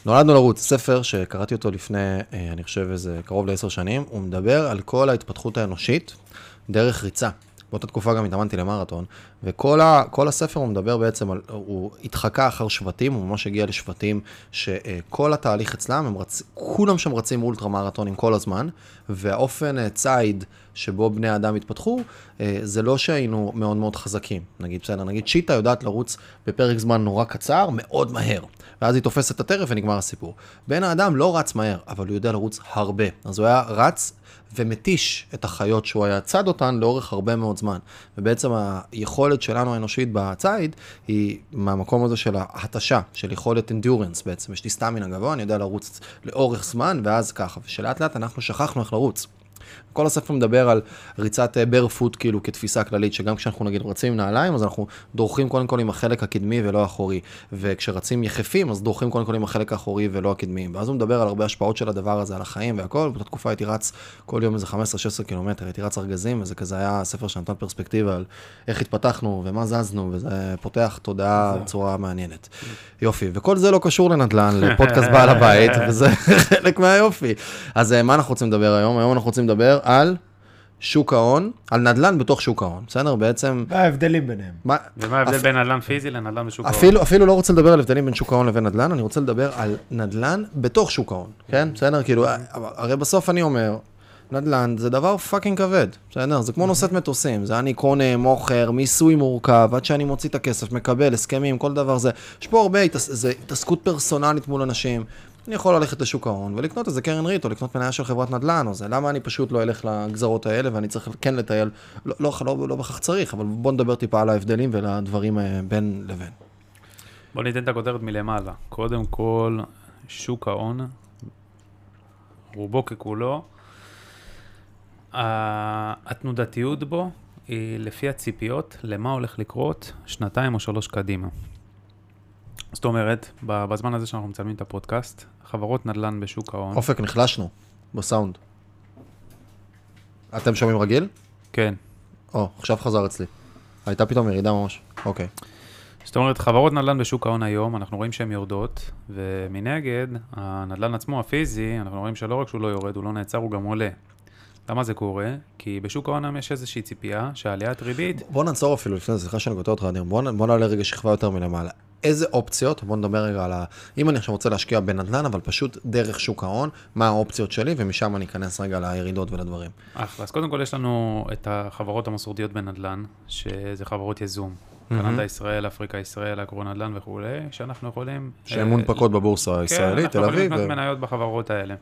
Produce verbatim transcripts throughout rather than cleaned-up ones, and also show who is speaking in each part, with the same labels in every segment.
Speaker 1: נולדנו לרוץ, ספר שקראתי אותו לפני, אני חושב איזה קרוב לעשר שנים, הוא מדבר על כל ההתפתחות האנושית דרך ריצה. באותה תקופה גם התאמנתי למרתון, וכל ה, כל הספר הוא מדבר בעצם על, הוא התחקה אחר שבטים, הוא ממש הגיע לשבטים שכל התהליך אצלם, הם רצ, כולם שם רצים אולטרה מרתונים כל הזמן, והאופן צייד שבו בני האדם התפתחו, זה לא שהיינו מאוד מאוד חזקים. נגיד, בסדר, נגיד שיטה יודעת לרוץ בפרק זמן נורא קצר, מאוד מהר. ואז היא תופסת את הטרף ונגמר הסיפור. בן האדם לא רץ מהר, אבל הוא יודע לרוץ הרבה. אז הוא היה רץ ומתיש את החיות שהוא היה צד אותן לאורך הרבה מאוד זמן. ובעצם היכולת שלנו האנושית בצייד היא מהמקום הזה של ההתשה, של יכולת endurance בעצם. יש לי סטמינה גבוה, אני יודע לרוץ לאורך זמן, ואז ככה. ושלאט לאט אנחנו שכחנו איך לרוץ. כל הספר מדבר על ריצת ברפוט כאילו כתפיסה כללית, שגם כשאנחנו נגיד רצים עם נעליים, אז אנחנו דורכים קודם כל עם החלק הקדמי ולא האחורי, וכשרצים יחפים, אז דורכים קודם כל עם החלק האחורי ולא הקדמי. ואז הוא מדבר על הרבה השפעות של הדבר הזה על החיים והכל. באותה תקופה הייתי רץ כל יום איזה חמש עשרה שש עשרה קילומטר, הייתי רץ ארגזים, וזה כזה היה ספר שנתן פרספקטיבה על איך התפתחנו ומה זזנו, וזה פותח תודעה בצורה מעניינת. יופי, וכל זה לא קשור לנדל"ן, לפודקאסט בעל הבית, וזה חלק מהיופי. אז מה אנחנו רוצים לדבר היום? היום אנחנו רוצים לדבר על שוק ההון, על נדל"ן בתוך שוק ההון, בסדר? בעצם...
Speaker 2: מה ההבדלים ביניהם?
Speaker 3: מה ההבדל בין נדל"ן פיזי לנדל"ן בשוק ההון?
Speaker 1: אפילו, אפילו לא רוצה לדבר על הבדלים בין שוק ההון לבין נדל"ן, אני רוצה לדבר על נדל"ן בתוך שוק ההון, כן? בסדר? כאילו, הרי בסוף אני אומר, נדל"ן זה דבר פאקינג כבד, בסדר? זה כמו נושאת מטוסים, זה אני קונה, מוכר, מיסוי מורכב, עד שאני מוציא את הכסף, מקבל, הסכמים, כל דבר זה. יש פה הרבה, זה התעסקות פרסונלית מול אנשים. אני יכול ללכת לשוק ההון ולקנות איזה קרן ריט, או לקנות מניה של חברת נדל"ן, או זה. למה אני פשוט לא אלך לגזרות האלה, ואני צריך כן לטייל, לא, לא, לא, לא בכך צריך, אבל בוא נדבר טיפה על ההבדלים ולדברים בין לבין.
Speaker 3: בוא ניתן את הכותרת מלמעלה. קודם כל, שוק ההון, רובו ככולו, התנודתיות בו היא לפי הציפיות, למה הולך לקרות שנתיים או שלוש קדימה. זאת אומרת, בזמן הזה שאנחנו מצלמים את הפודקאסט, חברות נדל"ן בשוק ההון.
Speaker 1: אופק, נחלשנו בסאונד. אתם שומעים רגיל?
Speaker 3: כן.
Speaker 1: או, עכשיו חזר אצלי. הייתה פתאום ירידה ממש. אוקיי.
Speaker 3: זאת אומרת, חברות נדל"ן בשוק ההון היום, אנחנו רואים שהן יורדות, ומנגד, הנדל"ן עצמו הפיזי, אנחנו רואים שלא רק שהוא לא יורד, הוא לא נעצר, הוא גם עולה. למה זה קורה? כי בשוק ההון יש איזושהי ציפייה שהעליית ריבית...
Speaker 1: בוא נעצור אפילו לפני זה, סליחה שאני גוטה אותך, אדיר. בוא, בוא נעלה רגע שכבה יותר מלמעלה. איזה אופציות, בוא נדבר רגע על ה... אם אני עכשיו רוצה להשקיע בנדל"ן, אבל פשוט דרך שוק ההון, מה האופציות שלי, ומשם אני אכנס רגע לירידות ולדברים.
Speaker 3: אחלה, אז קודם כל יש לנו את החברות המסורתיות בנדל"ן, שזה חברות יזום. קנדה ישראל, אפריקה ישראל, אגרו נדל"ן וכו', שאנחנו יכולים...
Speaker 1: שהן מונפקות בבורסה הישראלית, תל אביב.
Speaker 3: כן, אנחנו יכולים לקנות מניות בחברות האלה.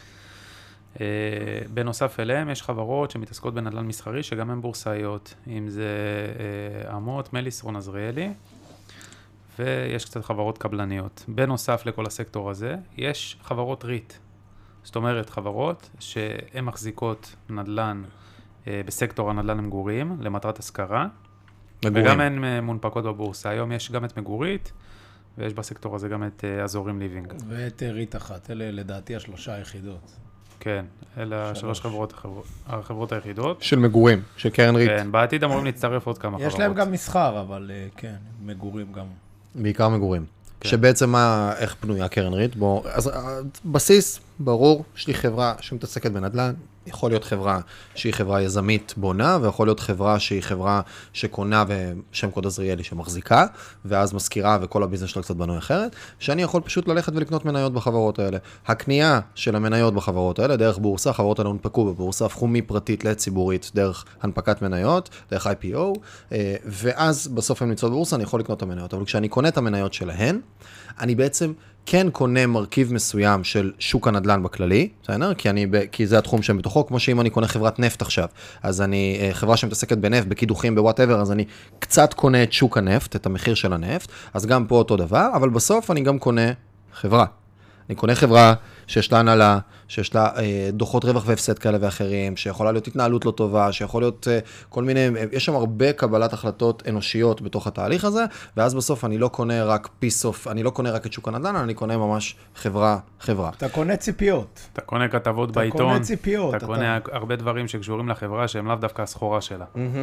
Speaker 3: בנוסף אליהם יש חברות שמתעסקות בנדל"ן מסחרי, שגם הן בורסאיות, אם זה עמות, מליסרון, עזריאלי, ויש קצת חברות קבלניות. בנוסף לכל הסקטור הזה, יש חברות ריט. זאת אומרת, חברות שהן מחזיקות נדל"ן בסקטור הנדל"ן למגורים, למטרת השכרה, מגורים. וגם הן מונפקות בבורסה. היום יש גם את מגורית, ויש בסקטור הזה גם את אזורים ליבינג.
Speaker 2: ואת ריט אחת, אלה לדעתי השלושה היחידות.
Speaker 3: כן, אלה שלוש חברות, החברות היחידות.
Speaker 1: של מגורים, של קרן ריט.
Speaker 3: כן, בעתיד אמורים להצטרף עוד כמה חברות.
Speaker 2: יש להם גם מסחר, אבל כן, מגורים גם.
Speaker 1: בעיקר מגורים. שבעצם מה, איך פנויה קרן ריט? בוא, אז בסיס, ברור, יש לי חברה שמתעסקת בנדל"ן, יכול להיות חברה שהיא חברה יזמית בונה, ויכול להיות חברה שהיא חברה שקונה ושם קוד עזריאלי שמחזיקה, ואז מזכירה וכל הביזנס שלה קצת בנוי אחרת, שאני יכול פשוט ללכת ולקנות מניות בחברות האלה. הקנייה של המניות בחברות האלה, דרך בורסה, חברות האלה הונפקו בבורסה, הפכו מפרטית לציבורית, דרך הנפקת מניות, דרך איי פי או, ואז בסוף הם נמצאות בבורסה, אני יכול לקנות את המניות. אבל כשאני קונה את המניות שלהן, אני בעצם כן קונה מרכיב מסוים של שוק הנדל"ן בכללי, בסדר? כי אני, כי זה התחום שהם בתוכו, כמו שאם אני קונה חברת נפט עכשיו, אז אני, חברה שמתעסקת בנפט, בקידוחים, בוואטאבר, אז אני קצת קונה את שוק הנפט, את המחיר של הנפט, אז גם פה אותו דבר, אבל בסוף אני גם קונה חברה. אני קונה חברה שיש לה הנהלה, שיש לה אה, דוחות רווח והפסד כאלה ואחרים, שיכולה להיות התנהלות לא טובה, שיכול להיות אה, כל מיני, יש שם הרבה קבלת החלטות אנושיות בתוך התהליך הזה, ואז בסוף אני לא קונה רק פיס-אוף, אני לא קונה רק את שוק הנדל"ן, אני קונה ממש חברה, חברה.
Speaker 2: אתה קונה ציפיות.
Speaker 3: אתה קונה כתבות
Speaker 2: אתה
Speaker 3: בעיתון.
Speaker 2: קונה ציפיות.
Speaker 3: אתה, אתה קונה הרבה דברים שקשורים לחברה, שהם לאו דווקא הסחורה שלה.
Speaker 1: Mm-hmm.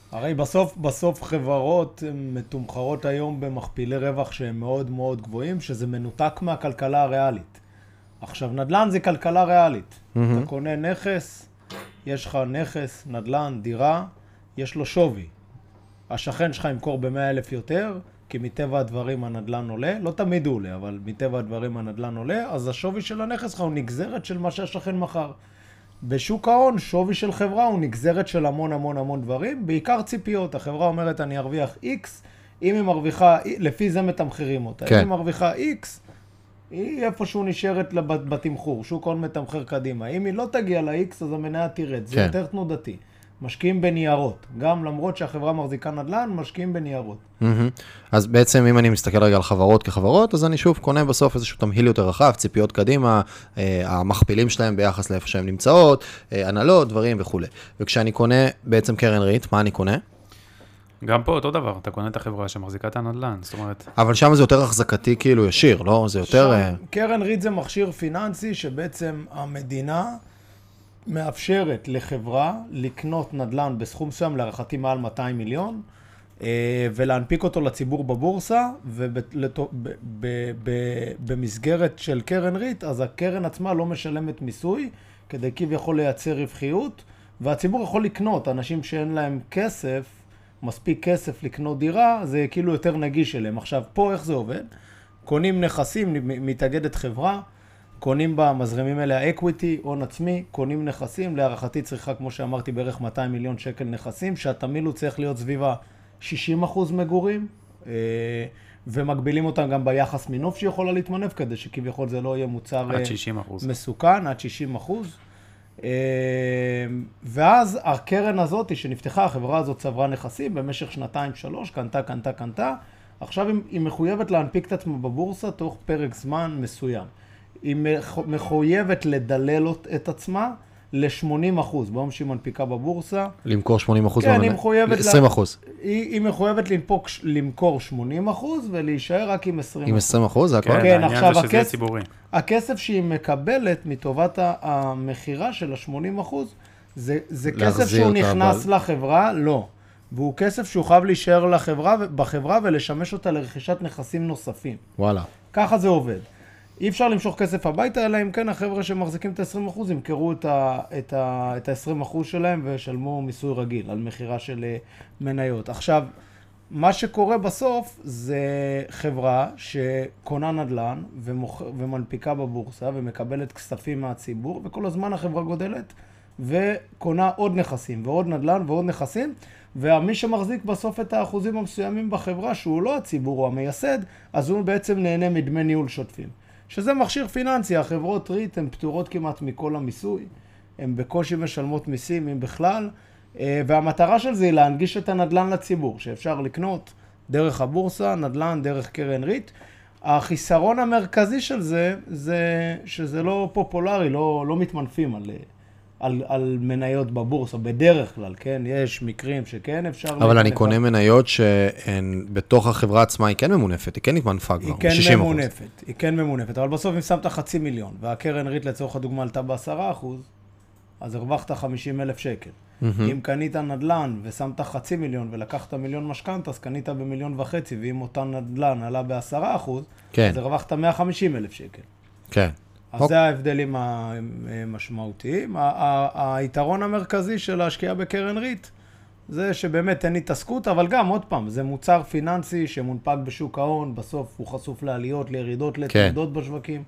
Speaker 2: הרי בסוף, בסוף חברות מתומחרות היום במכפילי רווח שהם מאוד מאוד גבוהים, שזה מנותק מהכלכלה הריאלית. עכשיו, נדל"ן זה כלכלה ריאלית. Mm-hmm. אתה קונה נכס, יש לך נכס, נדל"ן, דירה, יש לו שווי. השכן שלך ימכור ב-מאה אלף יותר, כי מטבע הדברים הנדל"ן עולה, לא תמיד הוא עולה, אבל מטבע הדברים הנדל"ן עולה, אז השווי של הנכס שלך הוא נגזרת של מה שהשכן מכר. בשוק ההון, שווי של חברה הוא נגזרת של המון המון המון דברים, בעיקר ציפיות. החברה אומרת, אני ארוויח X, אם היא מרוויחה, לפי זה מתמחרים אותה. כן. אם היא מרוויחה X, היא איפשהו נשארת בתמחור, שוק ההון מתמחר קדימה. אם היא לא תגיע ל-X, אז המניה תירד. זה כן. יותר תנודתי. משקיעים בניירות. גם למרות שהחברה מחזיקה נדל"ן, משקיעים בניירות. Mm-hmm.
Speaker 1: אז בעצם אם אני מסתכל רגע על חברות כחברות, אז אני שוב קונה בסוף איזשהו תמהיל יותר רחב, ציפיות קדימה, אה, המכפילים שלהם ביחס לאיפה שהן נמצאות, אה, הנהלות, דברים וכו'. וכשאני קונה בעצם קרן ריט, מה אני קונה?
Speaker 3: גם פה אותו דבר, אתה קונה את החברה שמחזיקה את הנדל"ן, זאת אומרת...
Speaker 1: אבל שם זה יותר החזקתי כאילו ישיר, לא? זה יותר...
Speaker 2: שם, קרן ריט זה מכשיר פיננסי שבעצם המדינה... מאפשרת לחברה לקנות נדל"ן בסכום מסוים, להערכתי מעל מאתיים מיליון, ולהנפיק אותו לציבור בבורסה, ובמסגרת של קרן ריט, אז הקרן עצמה לא משלמת מיסוי, כדי כביכול לייצר רווחיות, והציבור יכול לקנות, אנשים שאין להם כסף, מספיק כסף לקנות דירה, זה כאילו יותר נגיש אליהם. עכשיו, פה איך זה עובד? קונים נכסים, מתאגדת חברה, קונים בה, מזרימים אליה אקוויטי, הון עצמי, קונים נכסים, להערכתי צריכה, כמו שאמרתי, בערך מאתיים מיליון שקל נכסים, שהתמיל הוא צריך להיות סביבה שישים אחוז מגורים, ומגבילים אותם גם ביחס מינוף שיכולה להתמנף, כדי שכביכול זה לא יהיה מוצר
Speaker 3: עד שישים אחוז.
Speaker 2: מסוכן, עד שישים אחוז. ואז הקרן הזאת שנפתחה, החברה הזאת צברה נכסים במשך שנתיים שלוש, קנתה, קנתה, קנתה, עכשיו היא מחויבת להנפיק את עצמה בבורסה תוך פרק זמן מסוים. היא מחויבת לדלל את עצמה ל-שמונים אחוז, ביום שהיא מנפיקה בבורסה.
Speaker 1: למכור שמונים אחוז?
Speaker 2: כן, היא מחויבת...
Speaker 1: עשרים אחוז.
Speaker 2: היא, היא מחויבת לנפוק, למכור שמונים אחוז ולהישאר רק עם עשרים אחוז.
Speaker 1: עם עשרים אחוז, זה הכל?
Speaker 3: כן,
Speaker 2: כן,
Speaker 3: העניין זה שזה יהיה ציבורי.
Speaker 2: הכסף שהיא מקבלת מטובת המחירה של ה-שמונים אחוז, זה, זה כסף שהוא נכנס אבל... לחברה, לא. והוא כסף שהוא חייב להישאר לחברה, בחברה ולשמש אותה לרכישת נכסים נוספים.
Speaker 1: וואלה.
Speaker 2: ככה זה עובד. אי אפשר למשוך כסף הביתה, אלא אם כן החבר'ה שמחזיקים את ה-עשרים אחוז ימכרו את ה-עשרים אחוז שלהם ושלמו מיסוי רגיל על מחירה של מניות. עכשיו, מה שקורה בסוף זה חברה שקונה נדל"ן ומוכ... ומנפיקה בבורסה ומקבלת כספים מהציבור, וכל הזמן החברה גודלת וקונה עוד נכסים ועוד נדל"ן ועוד נכסים, ומי שמחזיק בסוף את האחוזים המסוימים בחברה שהוא לא הציבור או המייסד, אז הוא בעצם נהנה מדמי ניהול שוטפים. שזה מכשיר פיננסי, החברות ריט הן פטורות כמעט מכל המיסוי, הן בקושי משלמות מיסים אם בכלל, והמטרה של זה היא להנגיש את הנדל"ן לציבור, שאפשר לקנות דרך הבורסה, נדל"ן דרך קרן ריט. החיסרון המרכזי של זה, זה שזה לא פופולרי, לא, לא מתמנפים על, על, על מניות בבורסה, בדרך כלל, כן? יש מקרים שכן אפשר...
Speaker 1: אבל אני קונה מניות שהן בתוך החברה עצמה, היא כן ממונפת, היא כן התמנפה כבר,
Speaker 2: היא כן ממונפת, היא כן ממונפת, אבל בסוף אם שמת חצי מיליון, והקרן ריט לצורך הדוגמה עלתה בעשרה אחוז, אז הרווחת חמישים אלף שקל. אם קנית נדל"ן ושמת חצי מיליון ולקחת מיליון משכנתא, אז קנית במיליון וחצי, ואם אותה נדל"ן עלה בעשרה אחוז, אז הרווחת מאה וחמישים אלף שקל.
Speaker 1: כן.
Speaker 2: אז זה ההבדלים המשמעותיים. היתרון המרכזי של להשקיע בקרן ריט, זה שבאמת אין התעסקות, אבל גם, עוד פעם, זה מוצר פיננסי שמונפק בשוק ההון, בסוף הוא חשוף לעליות, לירידות, לתנודות בשווקים.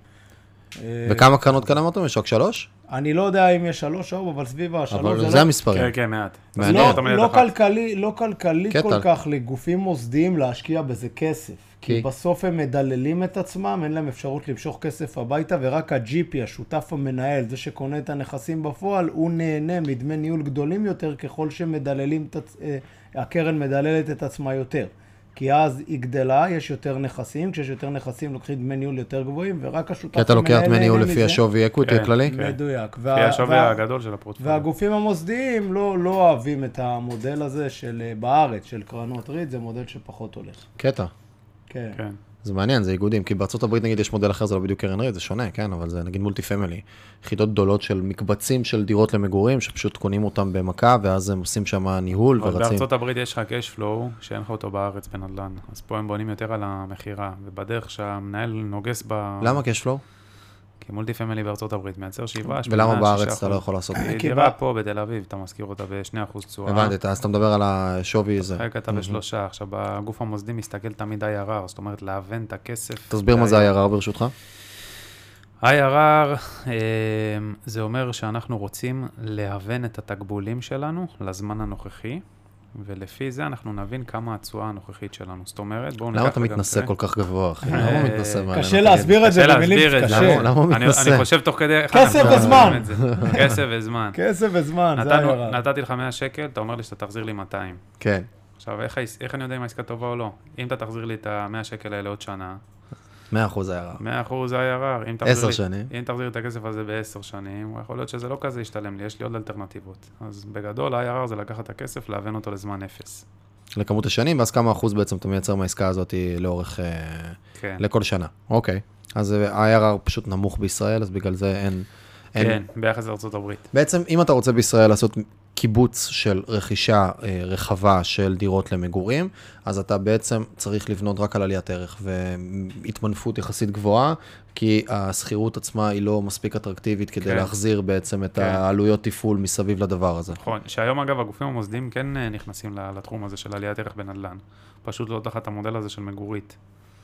Speaker 1: וכמה קרנות כאן אמרתם? יש רק שלוש?
Speaker 2: אני לא יודע אם יש שלוש או, אבל סביב השלוש
Speaker 1: זה המספרים.
Speaker 3: כן, כן, מעט.
Speaker 2: לא כלכלי, לא כלכלי כל כך לגופים מוסדיים להשקיע בזה כסף. כי בסוף הם מדללים את עצמם, אין להם אפשרות למשוך כסף הביתה, ורק ה-ג'י פי, השותף המנהל, זה שקונה את הנכסים בפועל, הוא נהנה מדמי ניהול גדולים יותר, ככל שמדללים, הקרן מדללת את עצמה יותר. כי אז היא גדלה, יש יותר נכסים, כשיש יותר נכסים לוקחים דמי ניהול יותר גבוהים, ורק השותף המנהל...
Speaker 1: כי אתה לוקח דמי ניהול לפי השווי אקוויטי הכללי?
Speaker 2: מדויק.
Speaker 3: לפי השווי הגדול של הפורטפוליו.
Speaker 2: והגופים המוסדיים לא אוהבים את המודל הזה של בארץ, של קרנות ריט, זה מודל שפחות הולך.
Speaker 1: קטע.
Speaker 2: כן.
Speaker 1: זה מעניין, זה איגודים, כי בארצות הברית נגיד יש מודל אחר, זה לא בדיוק קרן ריט, זה שונה, כן, אבל זה נגיד מולטי פמילי, יחידות גדולות של מקבצים של דירות למגורים, שפשוט קונים אותם במכה, ואז הם עושים שם ניהול ורצים.
Speaker 3: בארצות הברית יש לך cash flow, שאין לך אותו בארץ בנדל"ן, אז פה הם בונים יותר על המחירה, ובדרך שהמנהל נוגס ב...
Speaker 1: למה cash flow?
Speaker 3: כי מולטי פמילי בארצות הברית מייצר שבעה,
Speaker 1: ולמה בארץ אתה לא יכול לעשות?
Speaker 3: דירה פה בתל אביב, אתה מזכיר אותה ב-שני אחוז תשואה.
Speaker 1: הבנתי, אז אתה מדבר על השווי הזה.
Speaker 3: חלק אתה בשלושה, עכשיו בגוף המוסדי מסתכל תמיד איי אר אר, זאת אומרת להוון את הכסף.
Speaker 1: תסביר מה זה איי אר אר ברשותך.
Speaker 3: איי אר אר זה אומר שאנחנו רוצים להוון את התקבולים שלנו לזמן הנוכחי, ולפי זה אנחנו נבין כמה התשואה הנוכחית שלנו. זאת אומרת, בואו ניקח...
Speaker 1: למה אתה מתנסה כל כך גבוה, אחי? למה הוא מתנסה מעלינו?
Speaker 2: קשה להסביר את זה במילים, קשה.
Speaker 1: למה הוא מתנסה?
Speaker 3: אני חושב תוך כדי...
Speaker 2: כסף וזמן.
Speaker 3: כסף וזמן.
Speaker 2: כסף וזמן, זה איי אר אר.
Speaker 3: נתתי לך מאה שקל, אתה אומר לי שאתה תחזיר לי מאתיים.
Speaker 1: כן.
Speaker 3: עכשיו, איך אני יודע אם העסקה טובה או לא? אם אתה תחזיר לי את ה-מאה שקל האלה עוד שנה,
Speaker 1: מאה אחוז איי אר אר.
Speaker 3: מאה אחוז איי אר אר.
Speaker 1: עשר שנים.
Speaker 3: אם תחזיר את הכסף הזה בעשר שנים, יכול להיות שזה לא כזה ישתלם לי, יש לי עוד אלטרנטיבות. אז בגדול, איי אר אר זה לקחת את הכסף, להוון אותו לזמן אפס.
Speaker 1: לכמות השנים, ואז כמה אחוז בעצם אתה מייצר מהעסקה הזאת לאורך...
Speaker 3: כן.
Speaker 1: לכל שנה. אוקיי. אז איי אר אר פשוט נמוך בישראל, אז בגלל זה אין...
Speaker 3: כן, ביחס לארצות הברית.
Speaker 1: בעצם, אם אתה רוצה בישראל לעשות קיבוץ של רכישה רחבה של דירות למגורים, אז אתה בעצם צריך לבנות רק על עליית ערך, והתמנפות יחסית גבוהה, כי הסחירות עצמה היא לא מספיק אטרקטיבית כדי כן. להחזיר בעצם את כן. העלויות טיפול מסביב לדבר הזה.
Speaker 3: נכון, שהיום אגב הגופים המוסדיים כן נכנסים לתחום הזה של עליית ערך בנדל"ן, פשוט לא תחת המודל הזה של מגורית.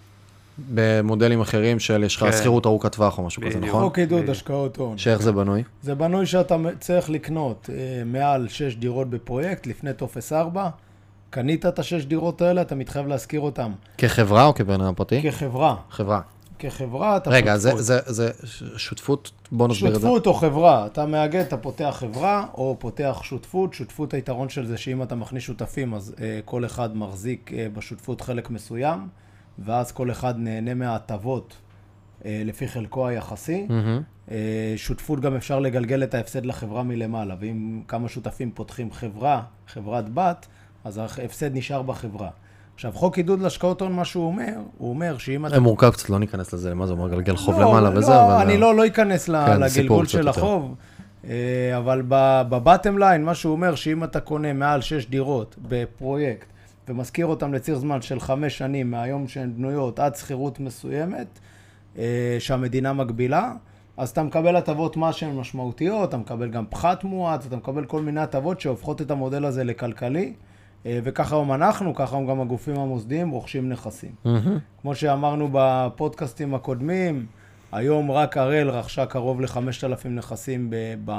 Speaker 1: במודלים אחרים של יש לך כן. סחירות ארוכת טווח או משהו כזה, נכון?
Speaker 2: חוק עידוד השקעות הון.
Speaker 1: שאיך זה בנוי?
Speaker 2: זה בנוי שאתה צריך לקנות אה, מעל שש דירות בפרויקט לפני טופס ארבע, קנית את השש דירות האלה, אתה מתחייב להזכיר אותם.
Speaker 1: כחברה או כבן אדם פרטי?
Speaker 2: כחברה.
Speaker 1: חברה.
Speaker 2: כחברה, אתה
Speaker 1: רגע, זה, זה, זה שותפות, בוא נסביר את זה.
Speaker 2: שותפות או חברה, אתה מאגד, אתה פותח חברה או פותח שותפות, שותפות היתרון של זה שאם אתה מכניס שותפים, אז אה, כל אחד מחזיק אה, בשותפות חלק מסוים, ואז כל אחד נהנה מההטבות אה, לפי חלקו היחסי. Mm-hmm. אה, שותפות גם אפשר לגלגל את ההפסד לחברה מלמעלה, ואם כמה שותפים פותחים חברה, חברת בת, אז ההפסד נשאר בחברה. עכשיו, חוק עידוד להשקעות הון, מה שהוא אומר, הוא אומר שאם אתה...
Speaker 1: זה מורכב קצת, לא ניכנס לזה, למה זה אומר, גלגל חוב
Speaker 2: לא,
Speaker 1: למעלה
Speaker 2: לא,
Speaker 1: וזה,
Speaker 2: לא,
Speaker 1: אבל...
Speaker 2: אני לא, לא אכנס כן, לגלגול של
Speaker 1: יותר.
Speaker 2: החוב, אבל בבטם ליין, מה שהוא אומר, שאם אתה קונה מעל שש דירות בפרויקט, ומזכיר אותם לציר זמן של חמש שנים מהיום שהן בנויות עד שכירות מסוימת, שהמדינה מגבילה, אז אתה מקבל הטבות מה שהן משמעותיות, אתה מקבל גם פחת מועט, אתה מקבל כל מיני הטבות שהופכות את המודל הזה לכלכלי, וככה גם אנחנו, ככה גם הגופים המוסדיים רוכשים נכסים. Mm-hmm. כמו שאמרנו בפודקאסטים הקודמים, היום רק הראל רכשה קרוב ל-חמשת אלפים נכסים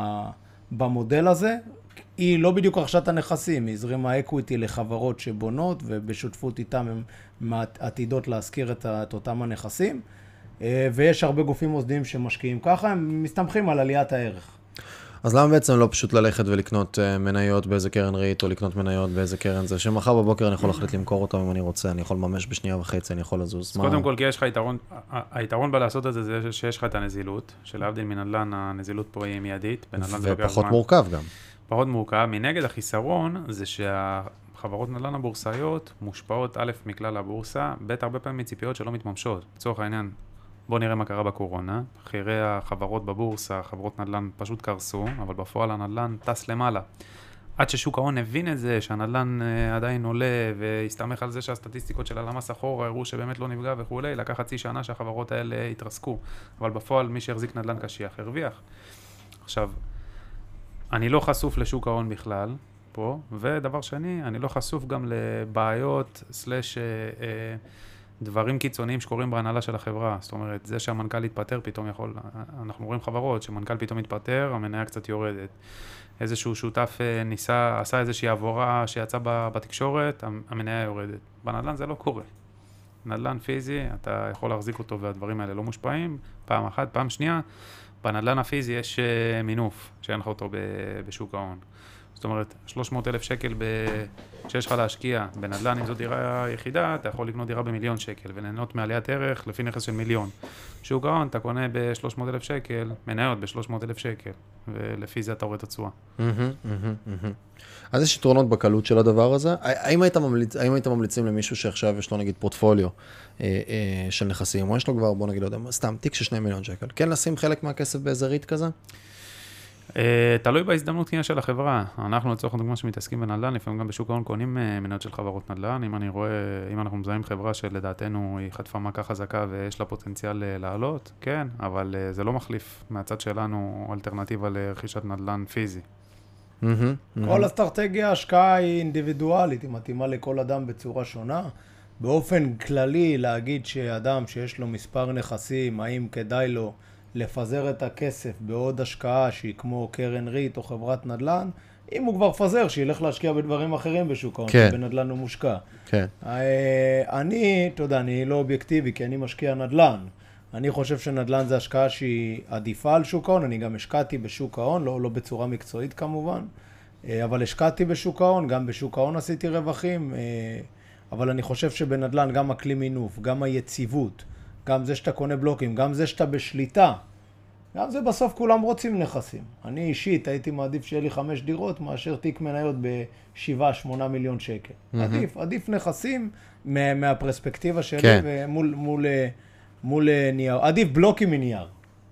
Speaker 2: במודל הזה, היא לא בדיוק רכשה את הנכסים, היא הזרימה אקוויטי לחברות שבונות, ובשותפות איתם הן עתידות להזכיר את, את אותם הנכסים, ויש הרבה גופים מוסדיים שמשקיעים ככה, הם מסתמכים על עליית הערך.
Speaker 1: אז למה בעצם לא פשוט ללכת ולקנות מניות באיזה קרן ריט, או לקנות מניות באיזה קרן זה, שמחר בבוקר אני יכול להחליט למכור אותם אם אני רוצה, אני יכול ממש בשנייה וחצי, אני יכול לזוז.
Speaker 3: קודם כל, כי יש לך יתרון, היתרון בלעשות את זה, זה שיש לך את הנזילות, שלהבדיל מנדל"ן, הנזילות פה היא מיידית,
Speaker 1: ופחות מורכב גם.
Speaker 3: פחות מורכב. מנגד החיסרון זה שהחברות נדל"ן הבורסאיות מושפעות א' מכלל הבורסה, ב' הרבה פעמים מציפיות שלא מתממשות. לצורך העניין, בואו נראה מה קרה בקורונה. מחירי החברות בבורסה, חברות נדל"ן פשוט קרסו, אבל בפועל הנדל"ן טס למעלה. עד ששוק ההון הבין את זה, שהנדל"ן עדיין עולה, והסתמך על זה שהסטטיסטיקות של הלמ"ס אחורה הראו שבאמת לא נפגע וכו', לקח חצי שנה שהחברות האלה התרסקו. אבל בפועל מי שהחזיק נדל"ן קשיח הרוויח. עכשיו, אני לא חשוף לשוק ההון בכלל, פה, ודבר שני, אני לא חשוף גם לבעיות, סלש, אה, אה, דברים קיצוניים שקורים בהנהלה של החברה. זאת אומרת, זה שהמנכ"ל יתפטר פתאום יכול, אנחנו רואים חברות, שמנכ"ל פתאום יתפטר, המניה קצת יורדת. איזשהו שותף אה, ניסה, עשה איזושהי עבורה שיצא בתקשורת, המניה יורדת. בנדל"ן זה לא קורה. נדל"ן פיזי, אתה יכול להחזיק אותו והדברים האלה לא מושפעים, פעם אחת, פעם שנייה, בנדל"ן הפיזי יש מינוף שאין לך אותו בשוק ההון. זאת אומרת, שלוש מאות אלף שקל ב... שיש לך להשקיע בנדל"ן, אם זו דירה יחידה, אתה יכול לקנות דירה במיליון שקל, וליהנות מעליית ערך לפי נכס של מיליון. שוק ההון, אתה קונה ב-שלוש מאות אלף שקל, מניות ב-שלוש מאות אלף שקל, ולפי זה אתה רואה את התשואה.
Speaker 1: אז יש יתרונות בקלות של הדבר הזה. האם היית ממליצ... האם היית ממליצים למישהו שעכשיו יש לו נגיד פורטפוליו אה, אה, של נכסים, או יש לו כבר, בוא נגיד, לא יודע, סתם, תיק של שני מיליון שקל, כן לשים חלק מהכסף באיזה ריט כזה?
Speaker 3: Uh, תלוי בהזדמנות קנייה של החברה. אנחנו לצורך הדוגמה שמתעסקים בנדל"ן, לפעמים גם בשוק ההון קונים uh, מניות של חברות נדל"ן. אם אני רואה, אם אנחנו מזהים חברה שלדעתנו היא חטפה מכה חזקה ויש לה פוטנציאל uh, לעלות, כן, אבל uh, זה לא מחליף מהצד שלנו אלטרנטיבה לרכישת נדל"ן פיזי.
Speaker 2: Mm-hmm, mm-hmm. כל אסטרטגיה השקעה היא אינדיבידואלית, היא מתאימה לכל אדם בצורה שונה. באופן כללי להגיד שאדם שיש לו מספר נכסים, האם כדאי לו לפזר את הכסף בעוד השקעה שהיא כמו קרן ריט או חברת נדל"ן, אם הוא כבר פזר, שילך להשקיע בדברים אחרים בשוק ההון,
Speaker 1: כן.
Speaker 2: שבנדל"ן הוא מושקע.
Speaker 1: כן.
Speaker 2: אני, אתה יודע, אני לא אובייקטיבי, כי אני משקיע נדל"ן. אני חושב שנדל"ן זה השקעה שהיא עדיפה על שוק ההון, אני גם השקעתי בשוק ההון, לא, לא בצורה מקצועית כמובן, אבל השקעתי בשוק ההון, גם בשוק ההון עשיתי רווחים, אבל אני חושב שבנדל"ן גם הכלי מינוף, גם היציבות, גם זה שאתה קונה בלוקים, גם זה שאתה בשליטה, גם זה בסוף כולם רוצים נכסים. אני אישית הייתי מעדיף שיהיה לי חמש דירות מאשר תיק מניות בשבעה, שמונה מיליון שקל. Mm-hmm. עדיף, עדיף נכסים מה, מהפרספקטיבה שלי כן. ומול מול, מול נייר. עדיף בלוקים מנייר.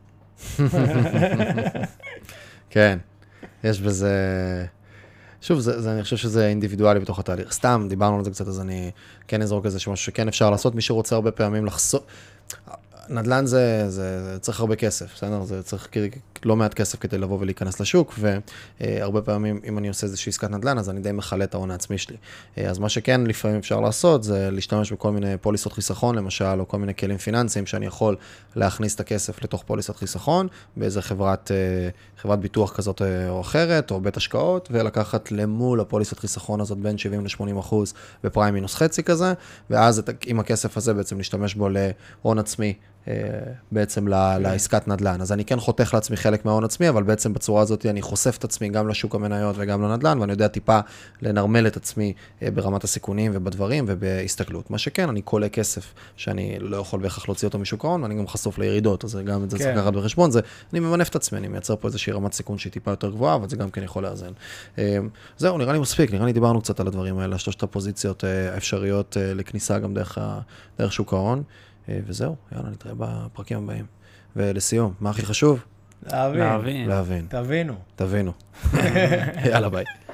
Speaker 1: כן, יש בזה... שוב, זה, זה, אני חושב שזה אינדיבידואלי בתוך התהליך. סתם, דיברנו על זה קצת, אז אני כן אזרוק איזה משהו שכן אפשר לעשות. מי שרוצה הרבה פעמים לחסוך... נדל"ן זה, זה, זה צריך הרבה כסף, בסדר? זה צריך לא מעט כסף כדי לבוא ולהיכנס לשוק, והרבה פעמים, אם אני עושה איזושהי עסקת נדל"ן, אז אני די מחלה את ההון העצמי שלי. אז מה שכן לפעמים אפשר לעשות, זה להשתמש בכל מיני פוליסות חיסכון, למשל, או כל מיני כלים פיננסיים, שאני יכול להכניס את הכסף לתוך פוליסת חיסכון, באיזה חברת, חברת ביטוח כזאת או אחרת, או בית השקעות, ולקחת למול הפוליסת חיסכון הזאת בין שבעים ל-שמונים אחוז בפריים מינוס חצי כזה, ואז עם הכסף הזה בעצם להשתמש בו להון עצמי, בעצם לעסקת נדל"ן. אז אני כן חותך לעצמי חלק מההון עצמי, אבל בעצם בצורה הזאת אני חושף את עצמי גם לשוק המניות וגם לנדל"ן, ואני יודע טיפה לנרמל את עצמי ברמת הסיכונים ובדברים ובהסתכלות. מה שכן, אני קולה כסף שאני לא יכול בהכרח להוציא אותו משוק ההון, ואני גם חשוף לירידות, אז גם את זה צריך לקחת בחשבון. זה, אני ממנף את עצמי, אני מייצר פה איזושהי רמת סיכון שהיא טיפה יותר גבוהה, אבל זה גם כן יכול לאזן. זהו, נראה לי מספיק, נראה לי דיברנו קצת על הדברים האלה, שלושת הפוזיציות האפשריות לכניסה גם דרך, דרך שוק ההון. וזהו, יאללה, נתראה בפרקים הבאים. ולסיום, מה הכי חשוב?
Speaker 2: להבין.
Speaker 3: להבין.
Speaker 1: להבין.
Speaker 2: תבינו.
Speaker 1: תבינו. יאללה, ביי.